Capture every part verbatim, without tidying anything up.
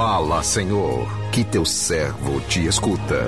Fala, Senhor, que teu servo te escuta.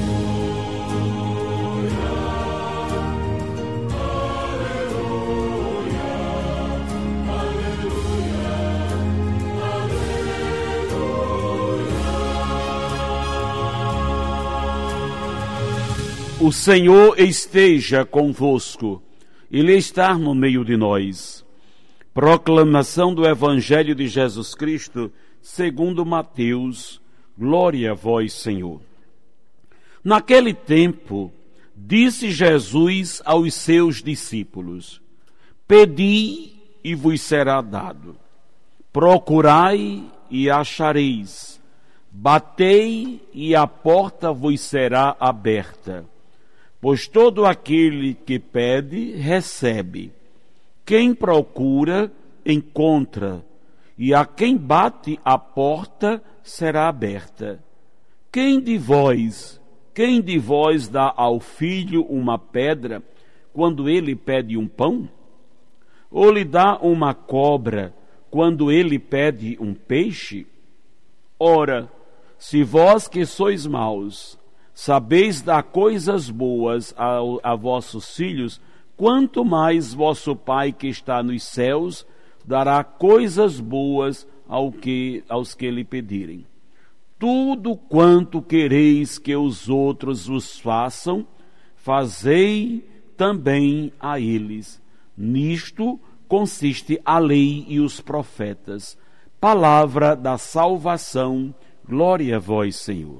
O Senhor esteja convosco, Ele está no meio de nós. Proclamação do Evangelho de Jesus Cristo, segundo Mateus. Glória a vós, Senhor. Naquele tempo, disse Jesus aos seus discípulos: Pedi e vos será dado. Procurai e achareis. Batei e a porta vos será aberta. Pois todo aquele que pede, recebe. Quem procura, encontra. E a quem bate, a porta será aberta. Quem de vós, quem de vós dá ao filho uma pedra, quando ele pede um pão? Ou lhe dá uma cobra, quando ele pede um peixe? Ora, se vós que sois maus, sabeis dar coisas boas a, a vossos filhos, quanto mais vosso Pai que está nos céus dará coisas boas ao que, aos que lhe pedirem. Tudo quanto quereis que os outros vos façam, fazei também a eles. Nisto consiste a lei e os profetas. Palavra da salvação. Glória a vós, Senhor.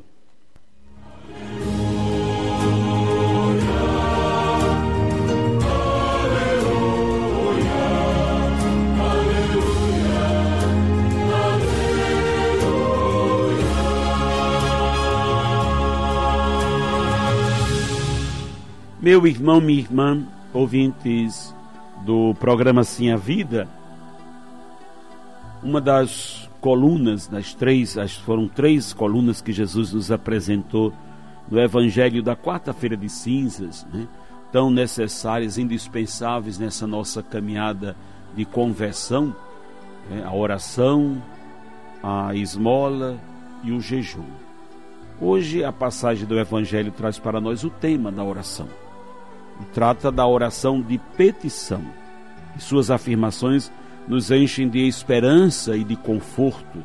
Meu irmão, minha irmã, ouvintes do programa Sim a Vida, uma das colunas, das três, foram três colunas que Jesus nos apresentou no Evangelho da quarta-feira de cinzas, né, tão necessárias, indispensáveis nessa nossa caminhada de conversão, né, a oração, a esmola e o jejum. Hoje a passagem do Evangelho traz para nós o tema da oração. E trata da oração de petição. E suas afirmações nos enchem de esperança e de conforto.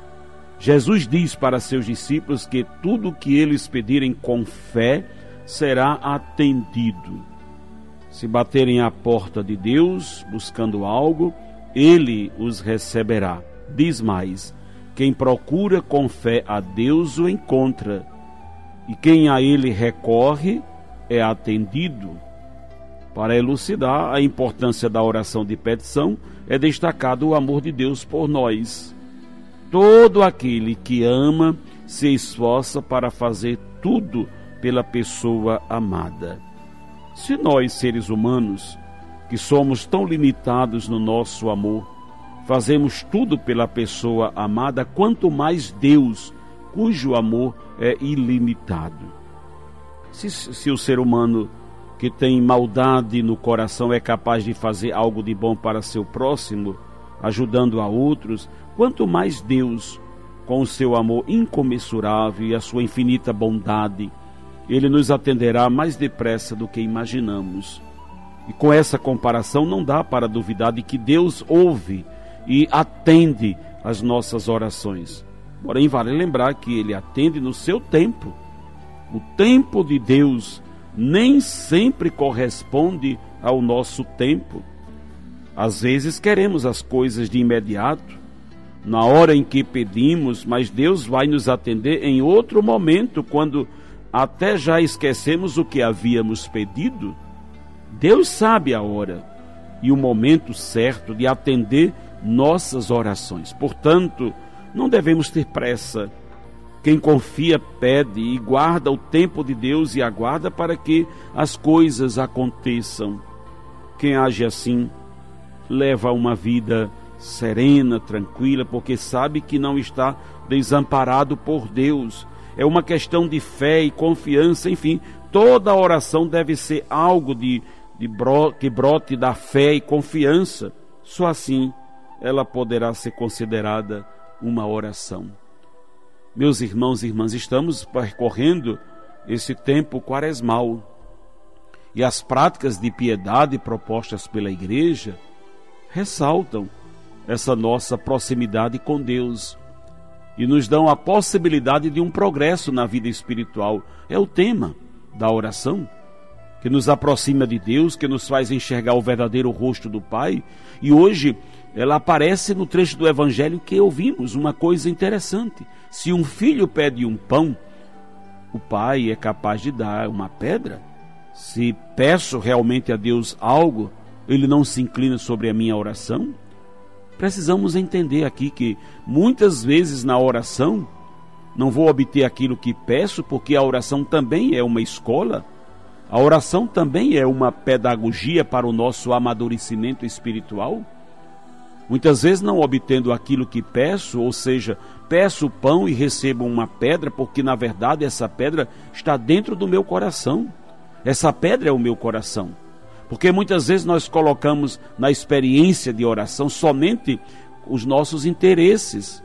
Jesus diz para seus discípulos que tudo o que eles pedirem com fé será atendido. Se baterem à porta de Deus buscando algo, Ele os receberá. Diz mais: quem procura com fé a Deus o encontra, e quem a Ele recorre é atendido. Para elucidar a importância da oração de petição, é destacado o amor de Deus por nós. Todo aquele que ama se esforça para fazer tudo pela pessoa amada. Se nós, seres humanos, que somos tão limitados no nosso amor, fazemos tudo pela pessoa amada, quanto mais Deus, cujo amor é ilimitado. Se, se o ser humano que tem maldade no coração é capaz de fazer algo de bom para seu próximo, ajudando a outros, quanto mais Deus, com o seu amor incomensurável e a sua infinita bondade, Ele nos atenderá mais depressa do que imaginamos. E com essa comparação não dá para duvidar de que Deus ouve e atende as nossas orações. Porém, vale lembrar que Ele atende no seu tempo. O tempo de Deus nem sempre corresponde ao nosso tempo. Às vezes queremos as coisas de imediato, na hora em que pedimos, mas Deus vai nos atender em outro momento, quando até já esquecemos o que havíamos pedido. Deus sabe a hora e o momento certo de atender nossas orações. Portanto, não devemos ter pressa. Quem confia pede e guarda o tempo de Deus e aguarda para que as coisas aconteçam. Quem age assim leva uma vida serena, tranquila, porque sabe que não está desamparado por Deus. É uma questão de fé e confiança. Enfim, toda oração deve ser algo de, de bro, que brote da fé e confiança. Só assim ela poderá ser considerada uma oração. Meus irmãos e irmãs, estamos percorrendo esse tempo quaresmal e as práticas de piedade propostas pela igreja ressaltam essa nossa proximidade com Deus e nos dão a possibilidade de um progresso na vida espiritual. É o tema da oração, que nos aproxima de Deus, que nos faz enxergar o verdadeiro rosto do Pai. E hoje ela aparece no trecho do Evangelho que ouvimos, uma coisa interessante. Se um filho pede um pão, o pai é capaz de dar uma pedra. Se peço realmente a Deus algo, Ele não se inclina sobre a minha oração? Precisamos entender aqui que muitas vezes na oração não vou obter aquilo que peço, porque a oração também é uma escola, a oração também é uma pedagogia para o nosso amadurecimento espiritual. Muitas vezes não obtendo aquilo que peço, ou seja, peço pão e recebo uma pedra, porque na verdade essa pedra está dentro do meu coração. Essa pedra é o meu coração. Porque muitas vezes nós colocamos na experiência de oração somente os nossos interesses,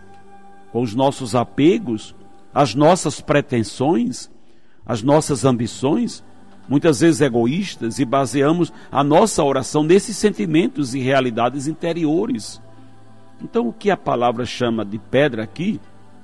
os nossos apegos, as nossas pretensões, as nossas ambições, muitas vezes egoístas, e baseamos a nossa oração nesses sentimentos e realidades interiores. Então, o que a palavra chama de pedra aqui,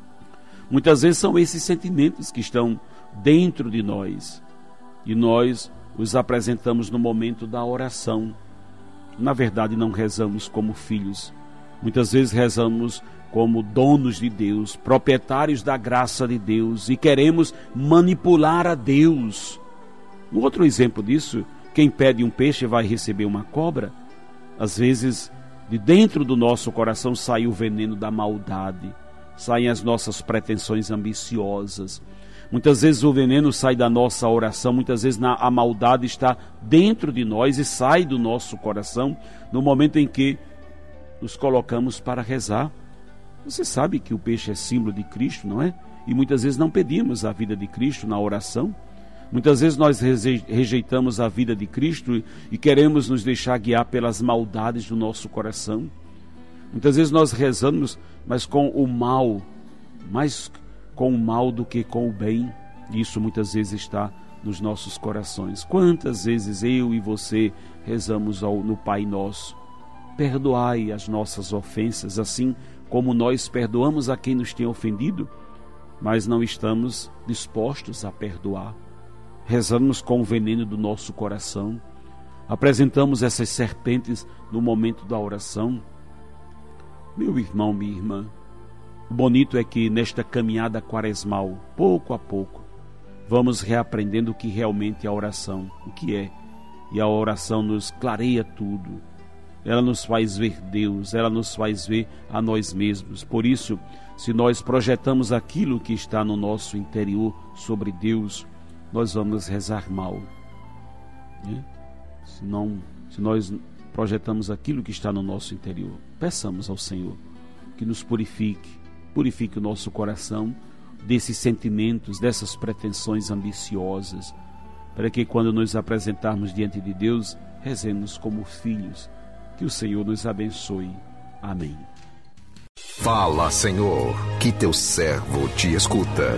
muitas vezes são esses sentimentos que estão dentro de nós, e nós os apresentamos no momento da oração. Na verdade, não rezamos como filhos, muitas vezes rezamos como donos de Deus, proprietários da graça de Deus, e queremos manipular a Deus. Um outro exemplo disso, quem pede um peixe vai receber uma cobra. Às vezes, de dentro do nosso coração sai o veneno da maldade, saem as nossas pretensões ambiciosas. Muitas vezes o veneno sai da nossa oração, muitas vezes na, a maldade está dentro de nós e sai do nosso coração no momento em que nos colocamos para rezar. Você sabe que o peixe é símbolo de Cristo, não é? E muitas vezes não pedimos a vida de Cristo na oração. Muitas vezes nós rejeitamos a vida de Cristo e queremos nos deixar guiar pelas maldades do nosso coração. Muitas vezes nós rezamos, mas com o mal, mais com o mal do que com o bem. Isso muitas vezes está nos nossos corações. Quantas vezes eu e você rezamos ao, no Pai Nosso: perdoai as nossas ofensas, assim como nós perdoamos a quem nos tem ofendido, mas não estamos dispostos a perdoar. Rezamos com o veneno do nosso coração, apresentamos essas serpentes no momento da oração. Meu irmão, minha irmã, o bonito é que nesta caminhada quaresmal, pouco a pouco, vamos reaprendendo o que realmente é a oração, o que é. E a oração nos clareia tudo, ela nos faz ver Deus, ela nos faz ver a nós mesmos. Por isso, se nós projetamos aquilo que está no nosso interior sobre Deus, nós vamos rezar mal. Se, não, se nós projetamos aquilo que está no nosso interior, peçamos ao Senhor que nos purifique, purifique o nosso coração desses sentimentos, dessas pretensões ambiciosas, para que quando nos apresentarmos diante de Deus, rezemos como filhos. Que o Senhor nos abençoe. Amém. Fala, Senhor, que teu servo te escuta.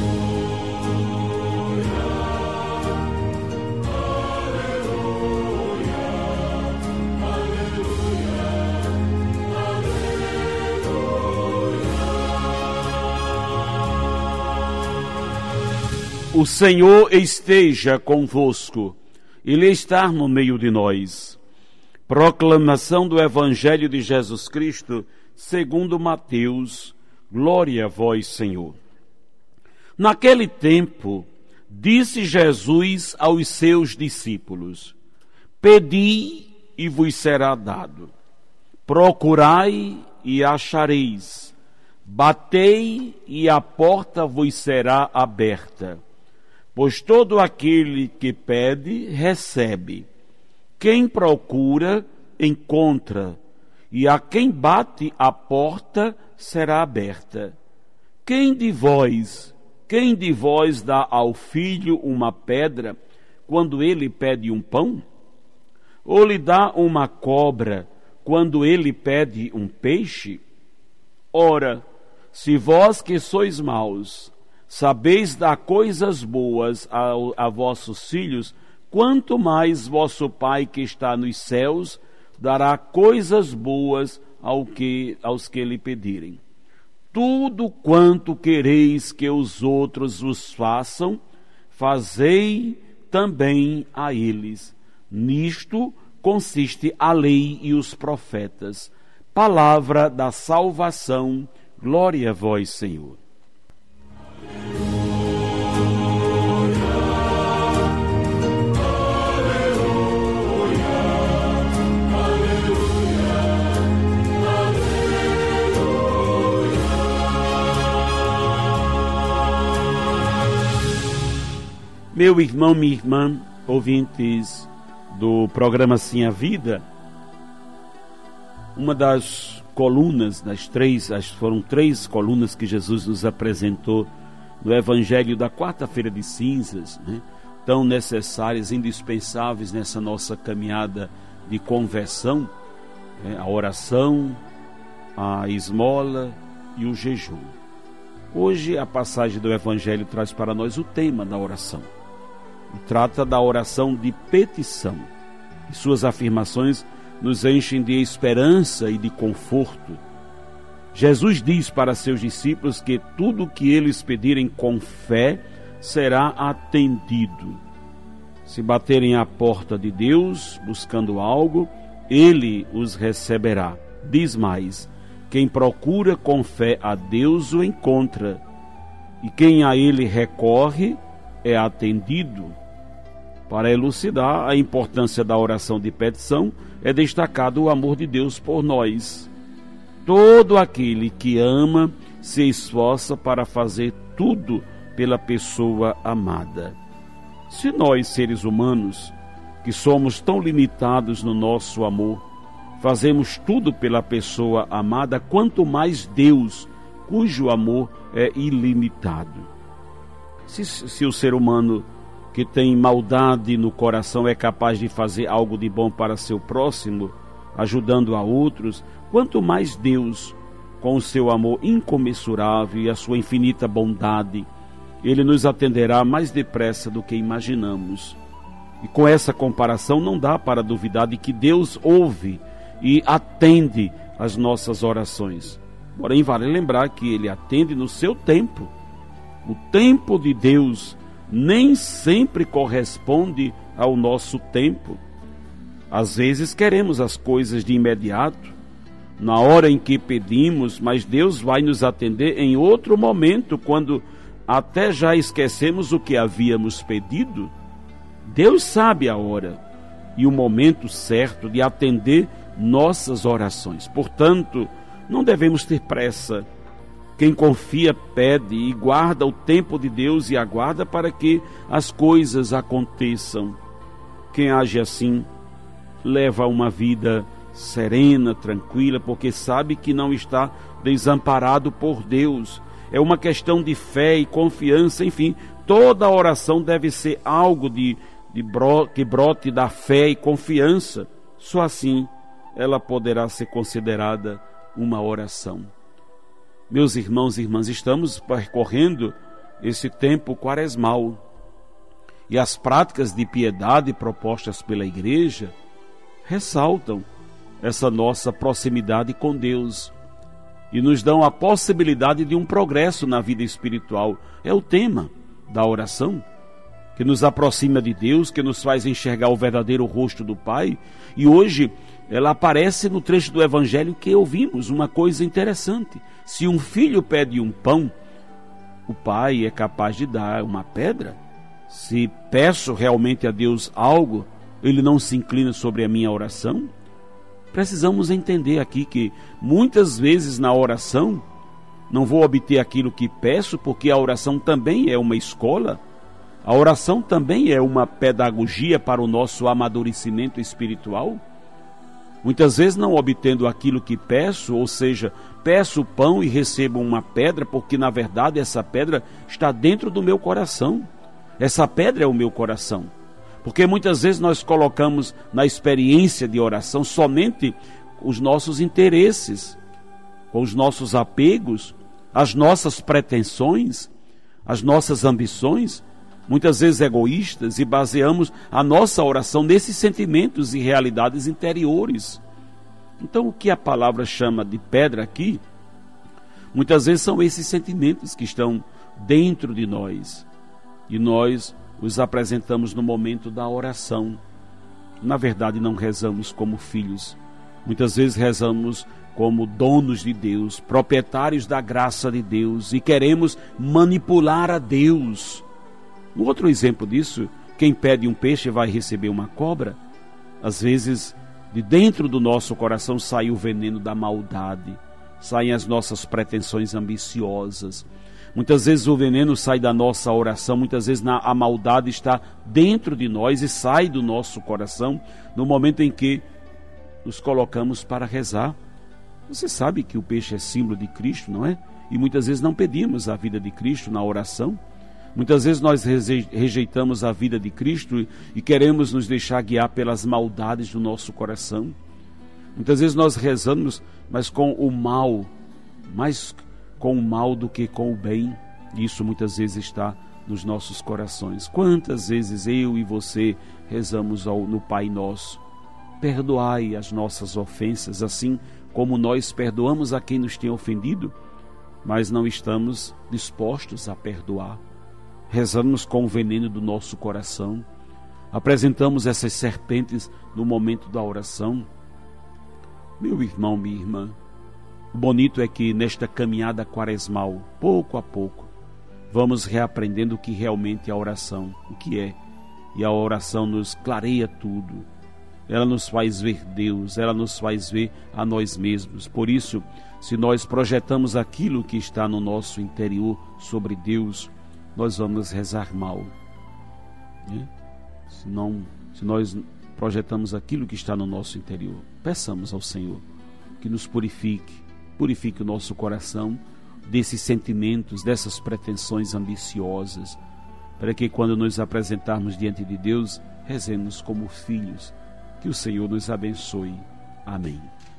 O Senhor esteja convosco, Ele está no meio de nós. Proclamação do Evangelho de Jesus Cristo, segundo Mateus. Glória a vós, Senhor. Naquele tempo, disse Jesus aos seus discípulos: pedi e vos será dado, procurai e achareis, batei e a porta vos será aberta. Pois todo aquele que pede, recebe. Quem procura, encontra. E a quem bate, a porta será aberta. Quem de vós, quem de vós dá ao filho uma pedra, quando ele pede um pão? Ou lhe dá uma cobra, quando ele pede um peixe? Ora, Se vós que sois maus, sabeis dar coisas boas a, a vossos filhos, quanto mais vosso Pai que está nos céus dará coisas boas ao que, aos que lhe pedirem. Tudo quanto quereis que os outros vos façam, fazei também a eles. Nisto consiste a lei e os profetas. Palavra da salvação, glória a vós, Senhor. Meu irmão, minha irmã, ouvintes do programa Sim a Vida, uma das colunas, das três, foram três colunas que Jesus nos apresentou no Evangelho da quarta-feira de cinzas, né, tão necessárias, indispensáveis nessa nossa caminhada de conversão, né, a oração, a esmola e o jejum. Hoje a passagem do Evangelho traz para nós o tema da oração. E trata da oração de petição. E suas afirmações nos enchem de esperança e de conforto. Jesus diz para seus discípulos que tudo o que eles pedirem com fé será atendido. Se baterem à porta de Deus buscando algo, Ele os receberá. Diz mais: quem procura com fé a Deus o encontra, e quem a Ele recorre é atendido. Para elucidar a importância da oração de petição, é destacado o amor de Deus por nós. Todo aquele que ama se esforça para fazer tudo pela pessoa amada. Se nós, seres humanos, que somos tão limitados no nosso amor, fazemos tudo pela pessoa amada, quanto mais Deus, cujo amor é ilimitado. Se, se o ser humano que tem maldade no coração é capaz de fazer algo de bom para seu próximo, ajudando a outros, quanto mais Deus, com o seu amor incomensurável e a sua infinita bondade, Ele nos atenderá mais depressa do que imaginamos. E com essa comparação não dá para duvidar de que Deus ouve e atende as nossas orações. Porém, vale lembrar que Ele atende no seu tempo. O tempo de Deus nem sempre corresponde ao nosso tempo. Às vezes queremos as coisas de imediato, na hora em que pedimos, mas Deus vai nos atender em outro momento, quando até já esquecemos o que havíamos pedido. Deus sabe a hora e o momento certo de atender nossas orações. Portanto, não devemos ter pressa. Quem confia pede e guarda o tempo de Deus e aguarda para que as coisas aconteçam. Quem age assim leva uma vida serena, tranquila, porque sabe que não está desamparado por Deus. É uma questão de fé e confiança. Enfim, toda oração deve ser algo de, de bro, que brote da fé e confiança. Só assim ela poderá ser considerada uma oração. Meus irmãos e irmãs, estamos percorrendo esse tempo quaresmal e as práticas de piedade propostas pela Igreja ressaltam essa nossa proximidade com Deus e nos dão a possibilidade de um progresso na vida espiritual. É o tema da oração, que nos aproxima de Deus, que nos faz enxergar o verdadeiro rosto do Pai. E hoje ela aparece no trecho do Evangelho que ouvimos, uma coisa interessante. Se um filho pede um pão, o pai é capaz de dar uma pedra. Se peço realmente a Deus algo, Ele não se inclina sobre a minha oração? Precisamos entender aqui que muitas vezes na oração não vou obter aquilo que peço, porque a oração também é uma escola. A oração também é uma pedagogia para o nosso amadurecimento espiritual. Muitas vezes não obtendo aquilo que peço, ou seja, peço o pão e recebo uma pedra, porque na verdade essa pedra está dentro do meu coração. Essa pedra é o meu coração. Porque muitas vezes nós colocamos na experiência de oração somente os nossos interesses, com os nossos apegos, as nossas pretensões, as nossas ambições, muitas vezes egoístas, e baseamos a nossa oração nesses sentimentos e realidades interiores. Então, o que a palavra chama de pedra aqui, muitas vezes são esses sentimentos que estão dentro de nós, e nós os apresentamos no momento da oração. Na verdade, não rezamos como filhos, muitas vezes rezamos como donos de Deus, proprietários da graça de Deus, e queremos manipular a Deus. Um outro exemplo disso, quem pede um peixe vai receber uma cobra. Às vezes, de dentro do nosso coração sai o veneno da maldade, saem as nossas pretensões ambiciosas. Muitas vezes o veneno sai da nossa oração, muitas vezes na, a maldade está dentro de nós e sai do nosso coração no momento em que nos colocamos para rezar. Você sabe que o peixe é símbolo de Cristo, não é? E muitas vezes não pedimos a vida de Cristo na oração. Muitas vezes nós rejeitamos a vida de Cristo e queremos nos deixar guiar pelas maldades do nosso coração. Muitas vezes nós rezamos, mas com o mal, mais com o mal do que com o bem. Isso muitas vezes está nos nossos corações. Quantas vezes eu e você rezamos ao, no Pai Nosso: perdoai as nossas ofensas, assim como nós perdoamos a quem nos tem ofendido, mas não estamos dispostos a perdoar. Rezamos com o veneno do nosso coração, apresentamos essas serpentes no momento da oração. Meu irmão, minha irmã, o bonito é que nesta caminhada quaresmal, pouco a pouco, vamos reaprendendo o que realmente é a oração, o que é. E a oração nos clareia tudo. Ela nos faz ver Deus, ela nos faz ver a nós mesmos. Por isso, se nós projetamos aquilo que está no nosso interior sobre Deus, nós vamos rezar mal. Né? Se, não, se nós projetamos aquilo que está no nosso interior, peçamos ao Senhor que nos purifique, purifique o nosso coração desses sentimentos, dessas pretensões ambiciosas, para que quando nos apresentarmos diante de Deus, rezemos como filhos. Que o Senhor nos abençoe. Amém.